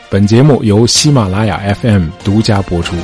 本节目由喜马拉雅 FM 独家播出。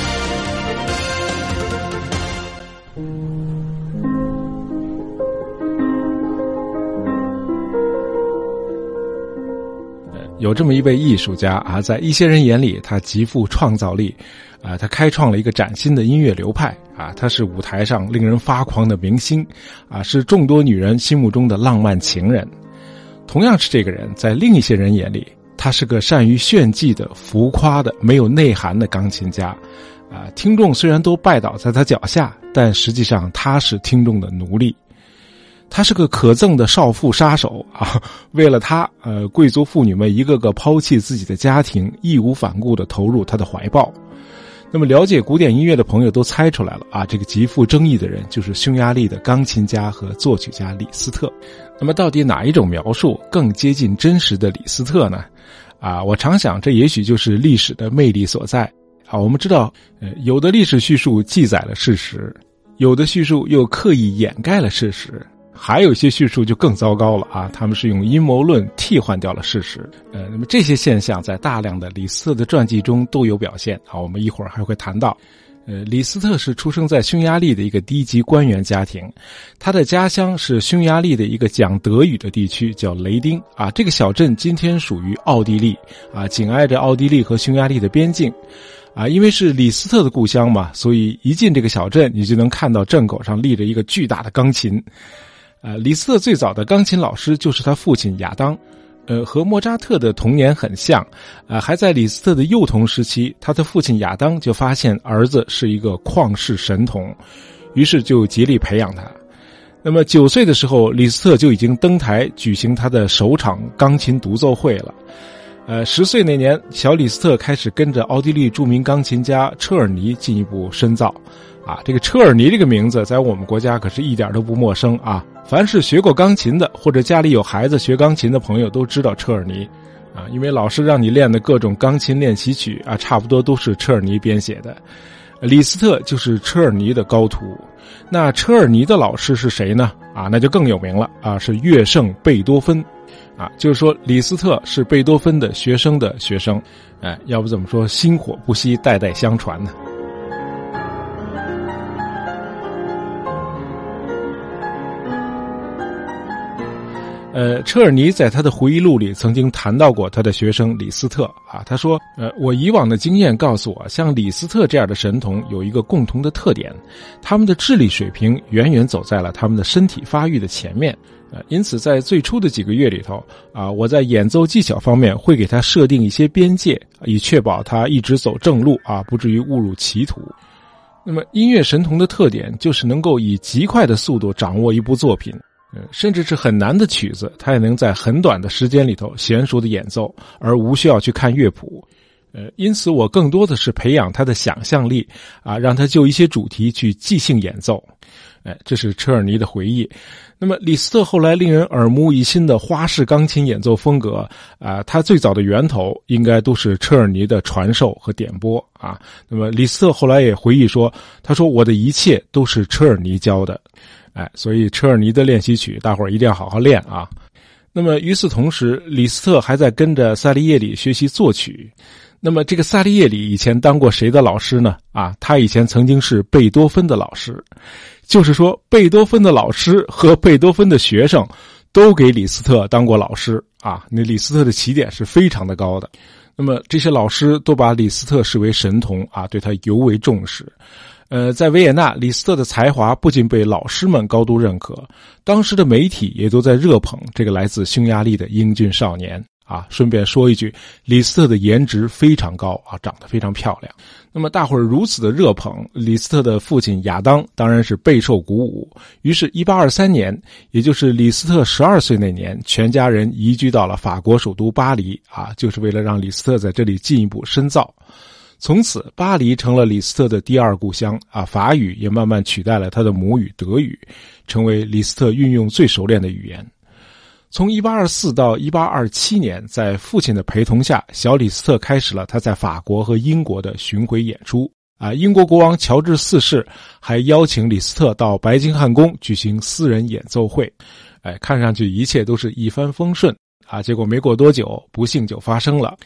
有这么一位艺术家啊，在一些人眼里他极富创造力啊，他开创了一个崭新的音乐流派啊，他是舞台上令人发狂的明星啊，是众多女人心目中的浪漫情人。同样是这个人，在另一些人眼里，他是个善于炫技的、浮夸的、没有内涵的钢琴家啊，听众虽然都拜倒在他脚下，但实际上他是听众的奴隶。他是个可憎的少妇杀手啊！为了他，贵族妇女们一个个抛弃自己的家庭，义无反顾地投入他的怀抱。那么了解古典音乐的朋友都猜出来了啊，这个极富争议的人就是匈牙利的钢琴家和作曲家李斯特。那么到底哪一种描述更接近真实的李斯特呢？啊，我常想这也许就是历史的魅力所在啊。我们知道，有的历史叙述记载了事实，有的叙述又刻意掩盖了事实。还有一些叙述就更糟糕了啊，他们是用阴谋论替换掉了事实。那么这些现象在大量的李斯特的传记中都有表现啊，我们一会儿还会谈到。李斯特是出生在匈牙利的一个低级官员家庭，他的家乡是匈牙利的一个讲德语的地区，叫雷丁啊。这个小镇今天属于奥地利啊，紧挨着奥地利和匈牙利的边境啊。因为是李斯特的故乡嘛，所以一进这个小镇，你就能看到镇口上立着一个巨大的钢琴。李斯特最早的钢琴老师就是他父亲亚当，和莫扎特的童年很像，还在李斯特的幼童时期，他的父亲亚当就发现儿子是一个旷世神童，于是就竭力培养他。那么9岁的时候，李斯特就已经登台举行他的首场钢琴独奏会了。10岁那年，小李斯特开始跟着奥地利著名钢琴家车尔尼进一步深造。啊，这个车尔尼这个名字在我们国家可是一点都不陌生啊！凡是学过钢琴的，或者家里有孩子学钢琴的朋友都知道车尔尼啊，因为老师让你练的各种钢琴练习曲啊，差不多都是车尔尼编写的。李斯特就是车尔尼的高徒。那车尔尼的老师是谁呢？啊，那就更有名了啊，是乐圣贝多芬。啊，就是说李斯特是贝多芬的学生的学生，要不怎么说薪火不息，代代相传呢？车尔尼在他的回忆录里曾经谈到过他的学生李斯特啊，他说，我以往的经验告诉我，像李斯特这样的神童有一个共同的特点，他们的智力水平远远走在了他们的身体发育的前面。因此在最初的几个月里头啊，我在演奏技巧方面会给他设定一些边界，以确保他一直走正路啊，不至于误入歧途。那么音乐神童的特点就是能够以极快的速度掌握一部作品，甚至是很难的曲子，他也能在很短的时间里头娴熟的演奏，而无需要去看乐谱。因此我更多的是培养他的想象力啊，让他就一些主题去即兴演奏。这是车尔尼的回忆。那么李斯特后来令人耳目一新的花式钢琴演奏风格啊，他最早的源头应该都是车尔尼的传授和点拨啊。那么李斯特后来也回忆说，他说我的一切都是车尔尼教的。所以车尔尼的练习曲大伙儿一定要好好练啊。那么与此同时，李斯特还在跟着萨利耶里学习作曲。那么这个萨利耶里以前当过谁的老师呢？啊，他以前曾经是贝多芬的老师。就是说贝多芬的老师和贝多芬的学生都给李斯特当过老师啊，那李斯特的起点是非常的高的。那么这些老师都把李斯特视为神童啊，对他尤为重视。在维也纳，李斯特的才华不仅被老师们高度认可，当时的媒体也都在热捧这个来自匈牙利的英俊少年啊。顺便说一句，李斯特的颜值非常高啊，长得非常漂亮。那么大伙儿如此的热捧，李斯特的父亲亚当当然是备受鼓舞。于是1823年，也就是李斯特12岁那年，全家人移居到了法国首都巴黎啊，就是为了让李斯特在这里进一步深造。从此巴黎成了李斯特的第二故乡啊，法语也慢慢取代了他的母语德语，成为李斯特运用最熟练的语言。从1824到1827年，在父亲的陪同下，小李斯特开始了他在法国和英国的巡回演出啊。英国国王乔治4世还邀请李斯特到白金汉宫举行私人演奏会。看上去一切都是一帆风顺啊，结果没过多久，不幸就发生了。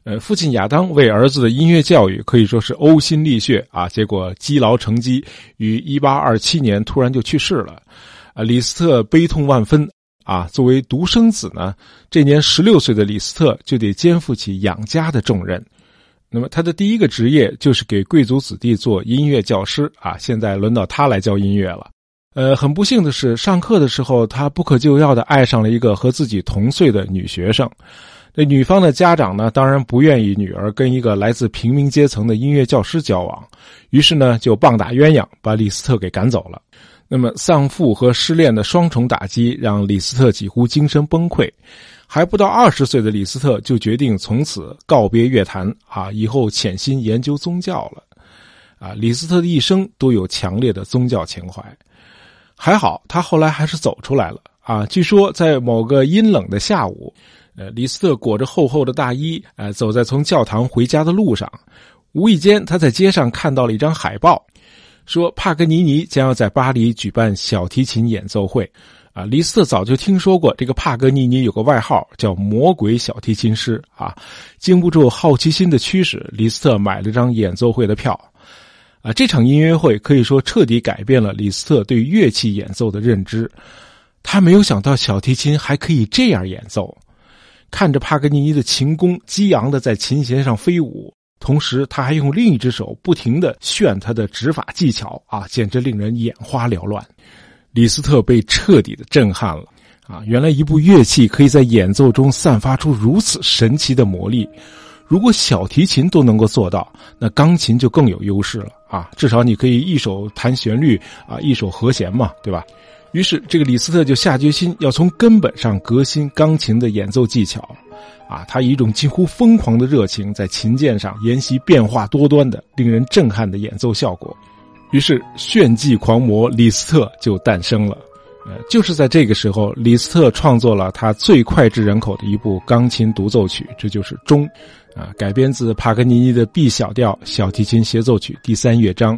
父亲亚当为儿子的音乐教育可以说是呕心沥血啊，结果积劳成疾，于1827年突然就去世了。李斯特悲痛万分啊，作为独生子呢，这年16岁的李斯特就得肩负起养家的重任。那么他的第一个职业就是给贵族子弟做音乐教师啊，现在轮到他来教音乐了。很不幸的是，上课的时候他不可救药地爱上了一个和自己同岁的女学生。那女方的家长呢，当然不愿意女儿跟一个来自平民阶层的音乐教师交往，于是呢就棒打鸳鸯，把李斯特给赶走了。那么丧父和失恋的双重打击让李斯特几乎精神崩溃，还不到20岁的李斯特就决定从此告别乐坛啊，以后潜心研究宗教了。李斯特的一生都有强烈的宗教情怀。还好他后来还是走出来了啊！据说在某个阴冷的下午，李斯特裹着厚厚的大衣，走在从教堂回家的路上，无意间他在街上看到了一张海报，说帕格尼尼将要在巴黎举办小提琴演奏会。李斯特早就听说过这个帕格尼尼有个外号叫魔鬼小提琴师啊，经不住好奇心的驱使，李斯特买了张演奏会的票。这场音乐会可以说彻底改变了李斯特对乐器演奏的认知。他没有想到小提琴还可以这样演奏。看着帕格尼尼的琴弓激昂地在琴弦上飞舞，同时他还用另一只手不停地炫他的指法技巧啊，简直令人眼花缭乱。李斯特被彻底的震撼了啊！原来一部乐器可以在演奏中散发出如此神奇的魔力。如果小提琴都能够做到，那钢琴就更有优势了啊！至少你可以一手弹旋律啊，一手和弦嘛，对吧？于是这个李斯特就下决心要从根本上革新钢琴的演奏技巧啊！他以一种近乎疯狂的热情在琴键上研习变化多端的令人震撼的演奏效果。于是炫技狂魔李斯特就诞生了。就是在这个时候，李斯特创作了他最脍炙人口的一部钢琴独奏曲，这就是钟改编自帕格尼尼的 B 小调小提琴协奏曲第3乐章。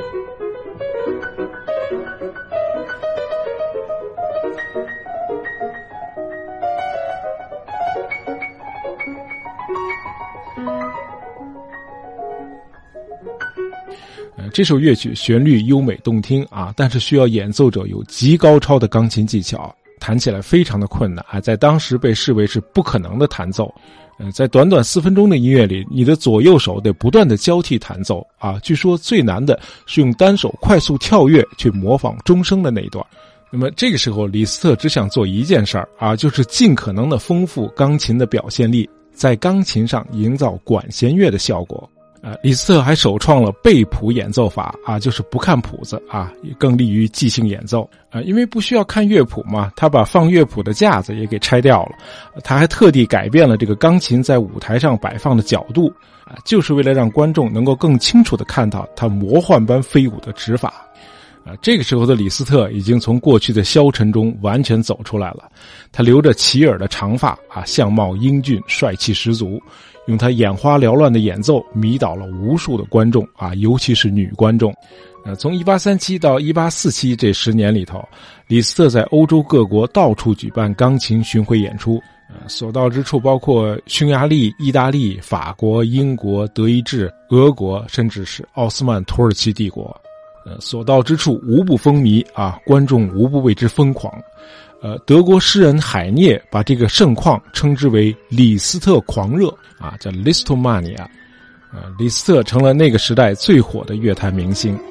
这首乐曲旋律优美动听啊，但是需要演奏者有极高超的钢琴技巧，弹起来非常的困难啊，在当时被视为是不可能的弹奏。在短短4分钟的音乐里，你的左右手得不断的交替弹奏啊。据说最难的是用单手快速跳跃去模仿钟声的那一段。那么这个时候，李斯特只想做一件事儿啊，就是尽可能的丰富钢琴的表现力，在钢琴上营造管弦乐的效果。李斯特还首创了背谱演奏法啊，就是不看谱子啊，也更利于即兴演奏因为不需要看乐谱嘛，他把放乐谱的架子也给拆掉了。他还特地改变了这个钢琴在舞台上摆放的角度就是为了让观众能够更清楚地看到他魔幻般飞舞的指法。这个时候的李斯特已经从过去的消沉中完全走出来了。他留着齐耳的长发啊，相貌英俊，帅气十足，用他眼花缭乱的演奏迷倒了无数的观众啊，尤其是女观众。从1837到1847这10年里头，李斯特在欧洲各国到处举办钢琴巡回演出，所到之处包括匈牙利、意大利、法国、英国、德意志、俄国，甚至是奥斯曼土耳其帝国。所到之处无不风靡啊，观众无不为之疯狂。德国诗人海涅把这个盛况称之为李斯特狂热啊，叫 Listomania。李斯特成了那个时代最火的乐坛明星。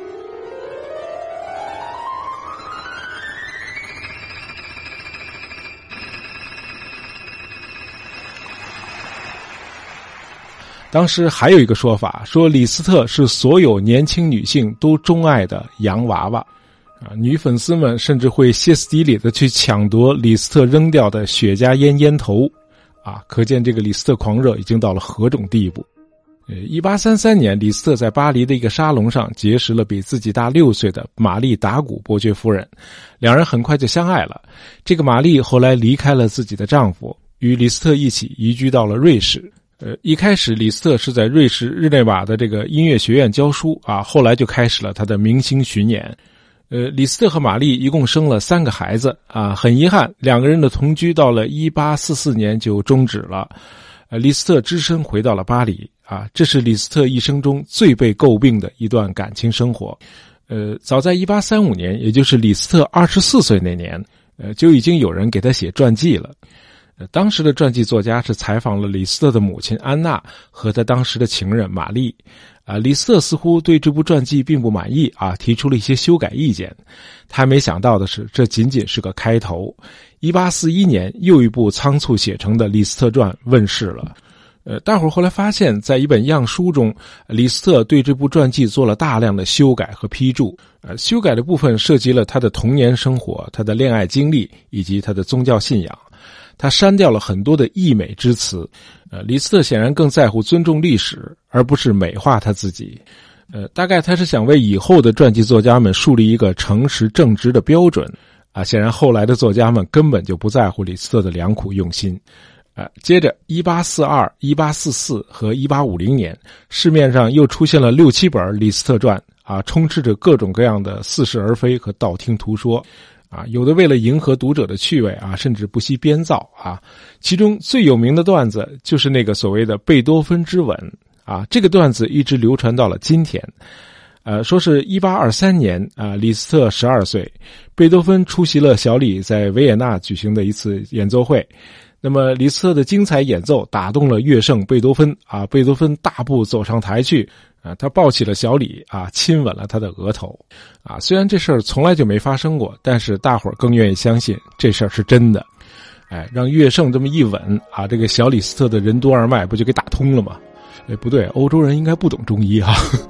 当时还有一个说法，说李斯特是所有年轻女性都钟爱的洋娃娃女粉丝们甚至会歇斯底里的去抢夺李斯特扔掉的雪茄烟头可见这个李斯特狂热已经到了何种地步。1833年，李斯特在巴黎的一个沙龙上结识了比自己大6岁的玛丽达古伯爵夫人，两人很快就相爱了。这个玛丽后来离开了自己的丈夫，与李斯特一起移居到了瑞士。一开始李斯特是在瑞士日内瓦的这个音乐学院教书后来就开始了他的明星巡演。李斯特和玛丽一共生了3个孩子很遗憾，两个人的同居到了1844年就终止了。 李斯特只身回到了巴黎啊，这是李斯特一生中最被诟病的一段感情生活。早在1835年，也就是李斯特24岁那年，就已经有人给他写传记了。当时的传记作家是采访了李斯特的母亲安娜和他当时的情人玛丽。李斯特似乎对这部传记并不满意啊，提出了一些修改意见。他没想到的是，这仅仅是个开头。1841年，又一部仓促写成的李斯特传问世了。大伙儿后来发现，在一本样书中，李斯特对这部传记做了大量的修改和批注。修改的部分涉及了他的童年生活、他的恋爱经历以及他的宗教信仰。他删掉了很多的溢美之词。李斯特显然更在乎尊重历史，而不是美化他自己。大概他是想为以后的传记作家们树立一个诚实正直的标准。显然后来的作家们根本就不在乎李斯特的良苦用心。接着1842、1844和1850年，市面上又出现了6、7本李斯特传充斥着各种各样的似是而非和道听途说。有的为了迎合读者的趣味甚至不惜编造其中最有名的段子就是那个所谓的贝多芬之吻这个段子一直流传到了今天。说是1823年李斯特12岁，贝多芬出席了小李在维也纳举行的一次演奏会。那么李斯特的精彩演奏打动了乐圣贝多芬贝多芬大步走上台去他抱起了小李亲吻了他的额头虽然这事儿从来就没发生过，但是大伙儿更愿意相信这事儿是真的。让乐圣这么一吻这个小李斯特的任督二脉不就给打通了吗？不对，欧洲人应该不懂中医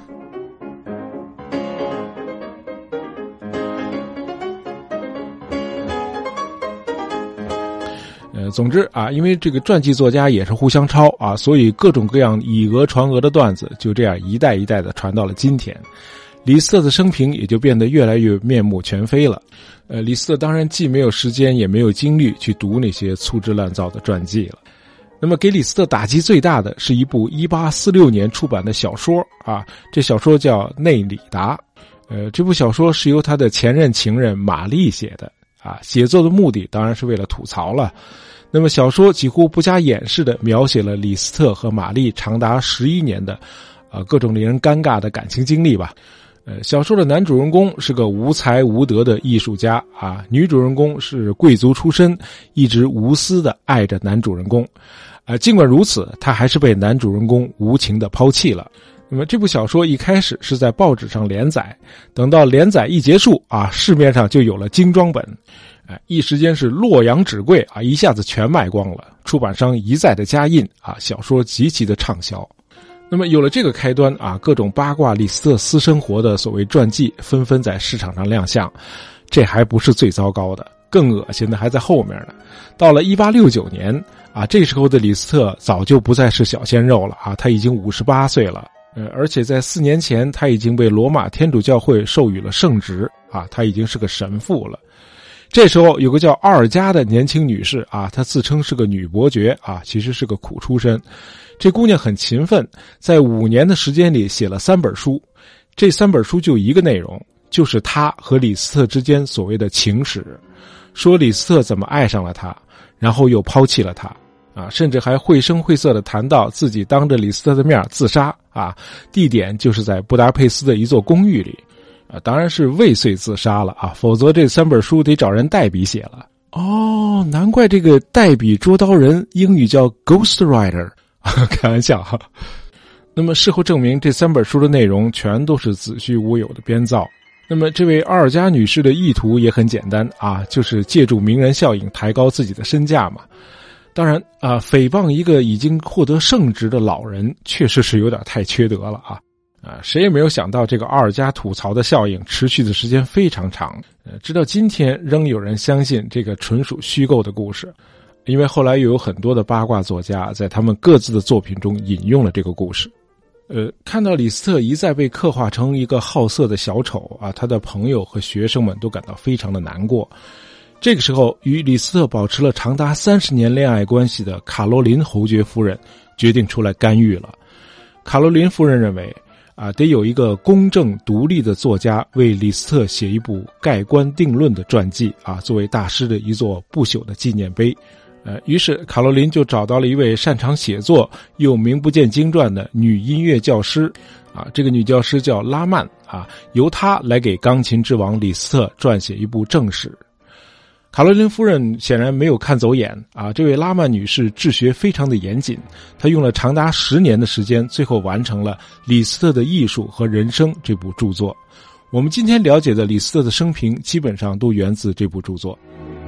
总之因为这个传记作家也是互相抄所以各种各样以讹传讹的段子就这样一代一代的传到了今天。李斯特的生平也就变得越来越面目全非了。李斯特当然既没有时间也没有精力去读那些粗制滥造的传记了。那么给李斯特打击最大的是一部1846年出版的小说这小说叫《内里达》。这部小说是由他的前任情人玛丽写的写作的目的当然是为了吐槽了。那么小说几乎不加掩饰地描写了李斯特和玛丽长达11年的各种令人尴尬的感情经历吧。小说的男主人公是个无才无德的艺术家女主人公是贵族出身，一直无私地爱着男主人公。尽管如此，她还是被男主人公无情地抛弃了。那么这部小说一开始是在报纸上连载，等到连载一结束市面上就有了精装本。一时间是洛阳纸贵一下子全卖光了。出版商一再的加印小说极其的畅销。那么有了这个开端各种八卦李斯特私生活的所谓传记纷纷在市场上亮相。这还不是最糟糕的，更恶心的还在后面呢。到了1869年这时候的李斯特早就不再是小鲜肉了他已经58岁了。而且在4年前他已经被罗马天主教会授予了圣职他已经是个神父了。这时候有个叫奥尔加的年轻女士她自称是个女伯爵其实是个苦出身。这姑娘很勤奋，在5年的时间里写了3本书。这3本书就一个内容，就是她和李斯特之间所谓的情史，说李斯特怎么爱上了她，然后又抛弃了她甚至还绘声绘色地谈到自己当着李斯特的面自杀地点就是在布达佩斯的一座公寓里当然是未遂自杀了否则这3本书得找人代笔写了。难怪这个代笔捉刀人英语叫 ghostwriter 开玩笑那么事后证明这3本书的内容全都是子虚乌有的编造。那么这位奥尔加女士的意图也很简单就是借助名人效应抬高自己的身价嘛。当然诽谤一个已经获得圣职的老人确实是有点太缺德了谁也没有想到这个奥尔加吐槽的效应持续的时间非常长直到今天仍有人相信这个纯属虚构的故事。因为后来又有很多的八卦作家在他们各自的作品中引用了这个故事。看到李斯特一再被刻画成一个好色的小丑他的朋友和学生们都感到非常的难过。这个时候与李斯特保持了长达30年恋爱关系的卡罗琳侯爵夫人决定出来干预了。卡罗琳夫人认为得有一个公正独立的作家为李斯特写一部盖棺定论的传记作为大师的一座不朽的纪念碑于是卡罗琳就找到了一位擅长写作又名不见经传的女音乐教师，这个女教师叫拉曼，由她来给钢琴之王李斯特撰写一部正史。卡罗琳夫人显然没有看走眼，这位拉曼女士治学非常的严谨，她用了长达10年的时间，最后完成了《李斯特的艺术和人生》这部著作。我们今天了解的李斯特的生平基本上都源自这部著作。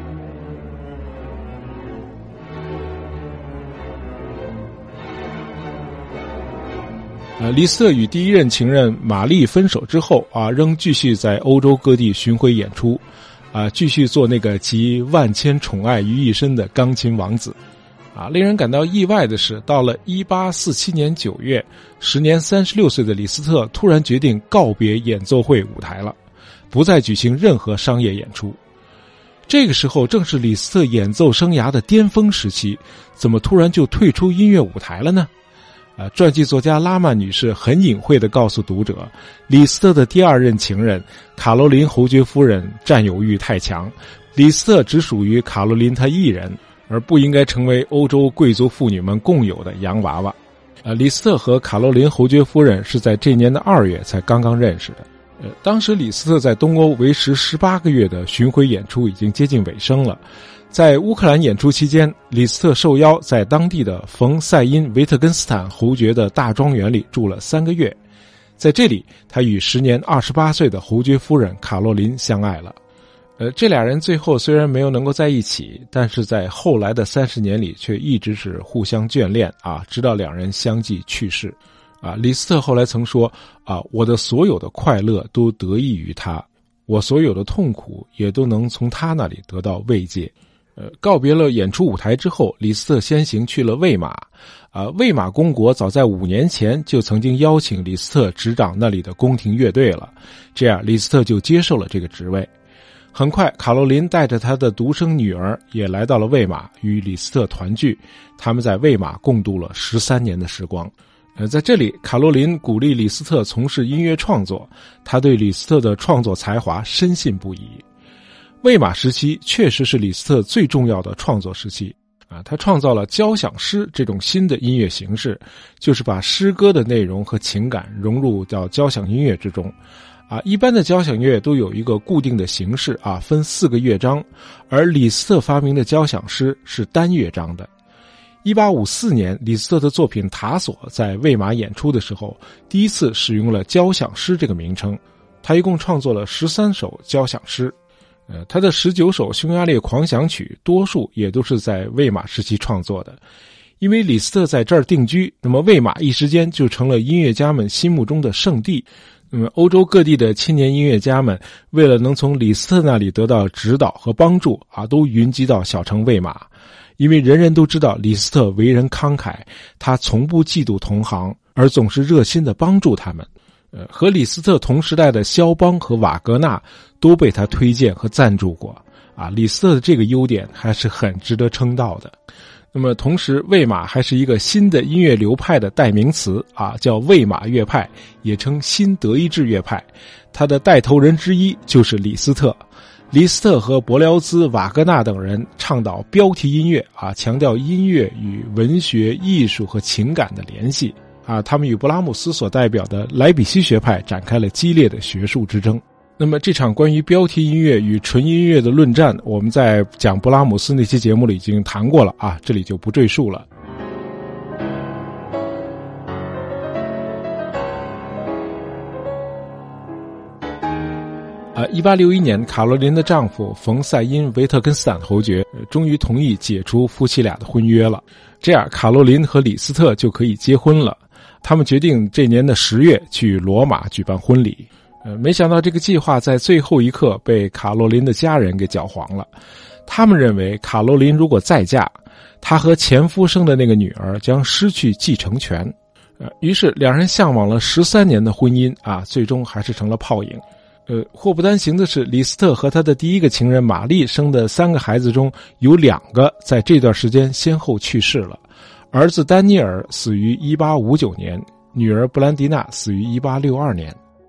李斯特与第一任情人玛丽分手之后仍继续在欧洲各地巡回演出，继续做那个集万千宠爱于一身的钢琴王子。令人感到意外的是，到了1847年9月，时年36岁的李斯特突然决定告别演奏会舞台了，不再举行任何商业演出。这个时候正是李斯特演奏生涯的巅峰时期，怎么突然就退出音乐舞台了呢？传记作家拉曼女士很隐晦地告诉读者，李斯特的第二任情人卡罗琳侯爵夫人占有欲太强，李斯特只属于卡罗琳她一人，而不应该成为欧洲贵族妇女们共有的洋娃娃。李斯特和卡罗琳侯爵夫人是在这年的2月才刚刚认识的。当时李斯特在东欧为时18个月的巡回演出已经接近尾声了。在乌克兰演出期间，李斯特受邀在当地的冯塞因维特根斯坦侯爵的大庄园里住了3个月。在这里，他与时年28岁的侯爵夫人卡洛琳相爱了。这俩人最后虽然没有能够在一起，但是在后来的30年里却一直是互相眷恋直到两人相继去世。李斯特后来曾说我的所有的快乐都得益于他，我所有的痛苦也都能从他那里得到慰藉。告别了演出舞台之后，李斯特先行去了魏玛。魏玛公国早在5年前就曾经邀请李斯特执掌那里的宫廷乐队了，这样李斯特就接受了这个职位。很快，卡罗琳带着她的独生女儿也来到了魏玛，与李斯特团聚。他们在魏玛共度了13年的时光。在这里，卡罗琳鼓励李斯特从事音乐创作，他对李斯特的创作才华深信不疑。魏玛时期确实是李斯特最重要的创作时期他创造了交响诗这种新的音乐形式，就是把诗歌的内容和情感融入到交响音乐之中一般的交响乐都有一个固定的形式分4个乐章，而李斯特发明的交响诗是单乐章的。1854年，李斯特的作品《塔索》在魏玛演出的时候，第一次使用了交响诗这个名称。他一共创作了13首交响诗。他的19首匈牙利狂想曲多数也都是在魏玛时期创作的。因为李斯特在这儿定居，那么魏玛一时间就成了音乐家们心目中的圣地。那么欧洲各地的青年音乐家们为了能从李斯特那里得到指导和帮助都云集到小城魏玛。因为人人都知道李斯特为人慷慨，他从不嫉妒同行，而总是热心地帮助他们。和李斯特同时代的肖邦和瓦格纳都被他推荐和赞助过李斯特的这个优点还是很值得称道的。那么同时，魏玛还是一个新的音乐流派的代名词叫魏玛乐派，也称新德意志乐派。他的带头人之一就是李斯特。李斯特和柏辽兹、瓦格纳等人倡导标题音乐强调音乐与文学、艺术和情感的联系他们与布拉姆斯所代表的莱比锡学派展开了激烈的学术之争。那么这场关于标题音乐与纯音乐的论战，我们在讲布拉姆斯那期节目里已经谈过了这里就不赘述了。1861年，卡罗琳的丈夫冯塞因维特根斯坦侯爵终于同意解除夫妻俩的婚约了，这样卡罗琳和李斯特就可以结婚了。他们决定这年的10月去罗马举办婚礼。没想到这个计划在最后一刻被卡罗琳的家人给搅黄了。他们认为卡罗琳如果再嫁，她和前夫生的那个女儿将失去继承权。于是两人向往了13年的婚姻最终还是成了泡影。祸不单行的是，李斯特和他的第一个情人玛丽生的3个孩子中有2个在这段时间先后去世了。儿子丹尼尔死于1859年，女儿布兰迪娜死于1862年。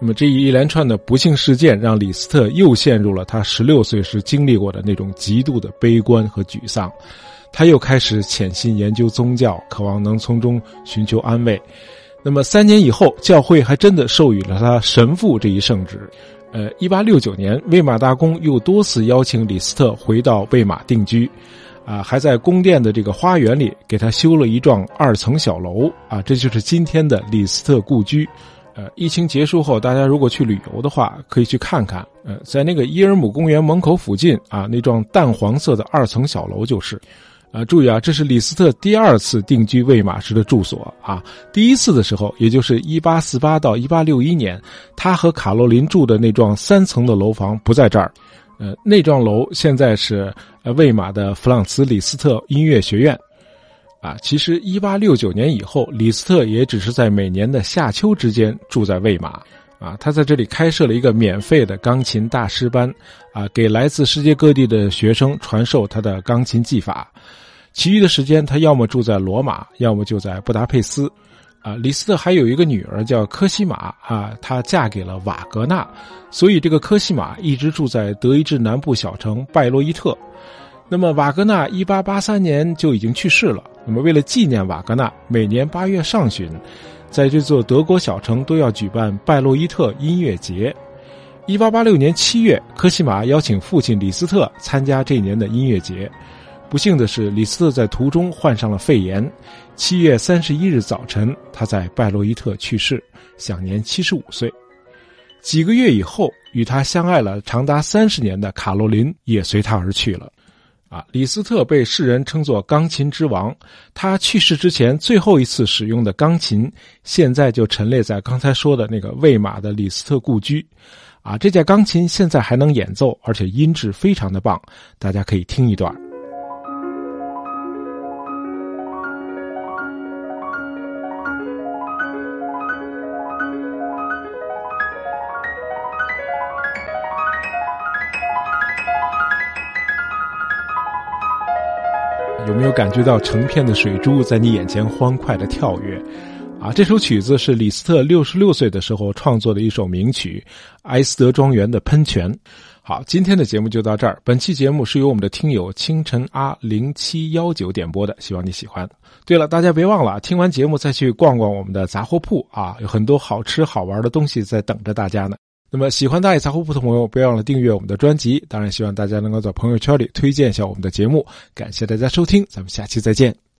那么这一连串的不幸事件让李斯特又陷入了他16岁时经历过的那种极度的悲观和沮丧，他又开始潜心研究宗教，渴望能从中寻求安慰。那么3年以后，教会还真的授予了他神父这一圣职。1869年，魏玛大公又多次邀请李斯特回到魏玛定居，还在宫殿的这个花园里给他修了一幢2层小楼，这就是今天的李斯特故居。疫情结束后，大家如果去旅游的话，可以去看看。在那个伊尔姆公园门口附近那幢淡黄色的2层小楼就是。注意这是李斯特第2次定居魏玛时的住所第一次的时候，也就是1848到1861年，他和卡洛琳住的那幢3层的楼房不在这儿。那幢楼现在是魏玛的弗朗茨李斯特音乐学院。其实1869年以后，李斯特也只是在每年的夏秋之间住在魏玛。他在这里开设了一个免费的钢琴大师班，给来自世界各地的学生传授他的钢琴技法。其余的时间，他要么住在罗马，要么就在布达佩斯。李斯特还有一个女儿叫科西玛，她嫁给了瓦格纳，所以这个科西玛一直住在德意志南部小城拜洛伊特。那么瓦格纳1883年就已经去世了。那么为了纪念瓦格纳，每年8月上旬，在这座德国小城都要举办拜洛伊特音乐节。1886年7月，科西玛邀请父亲李斯特参加这年的音乐节。不幸的是，李斯特在途中患上了肺炎。7月31日早晨，他在拜洛伊特去世，享年75岁。几个月以后，与他相爱了长达30年的卡洛琳也随他而去了。李斯特被世人称作钢琴之王，他去世之前最后一次使用的钢琴，现在就陈列在刚才说的那个魏玛的李斯特故居。这架钢琴现在还能演奏，而且音质非常的棒，大家可以听一段。有没有感觉到成片的水珠在你眼前欢快的跳跃？这首曲子是李斯特66岁的时候创作的一首名曲，埃斯德庄园的喷泉。好，今天的节目就到这儿。本期节目是由我们的听友清晨0719点播的，希望你喜欢。对了，大家别忘了听完节目再去逛逛我们的杂货铺有很多好吃好玩的东西在等着大家呢。那么喜欢大爷杂货铺的朋友，不要忘了订阅我们的专辑，当然希望大家能够在朋友圈里推荐一下我们的节目。感谢大家收听，咱们下期再见。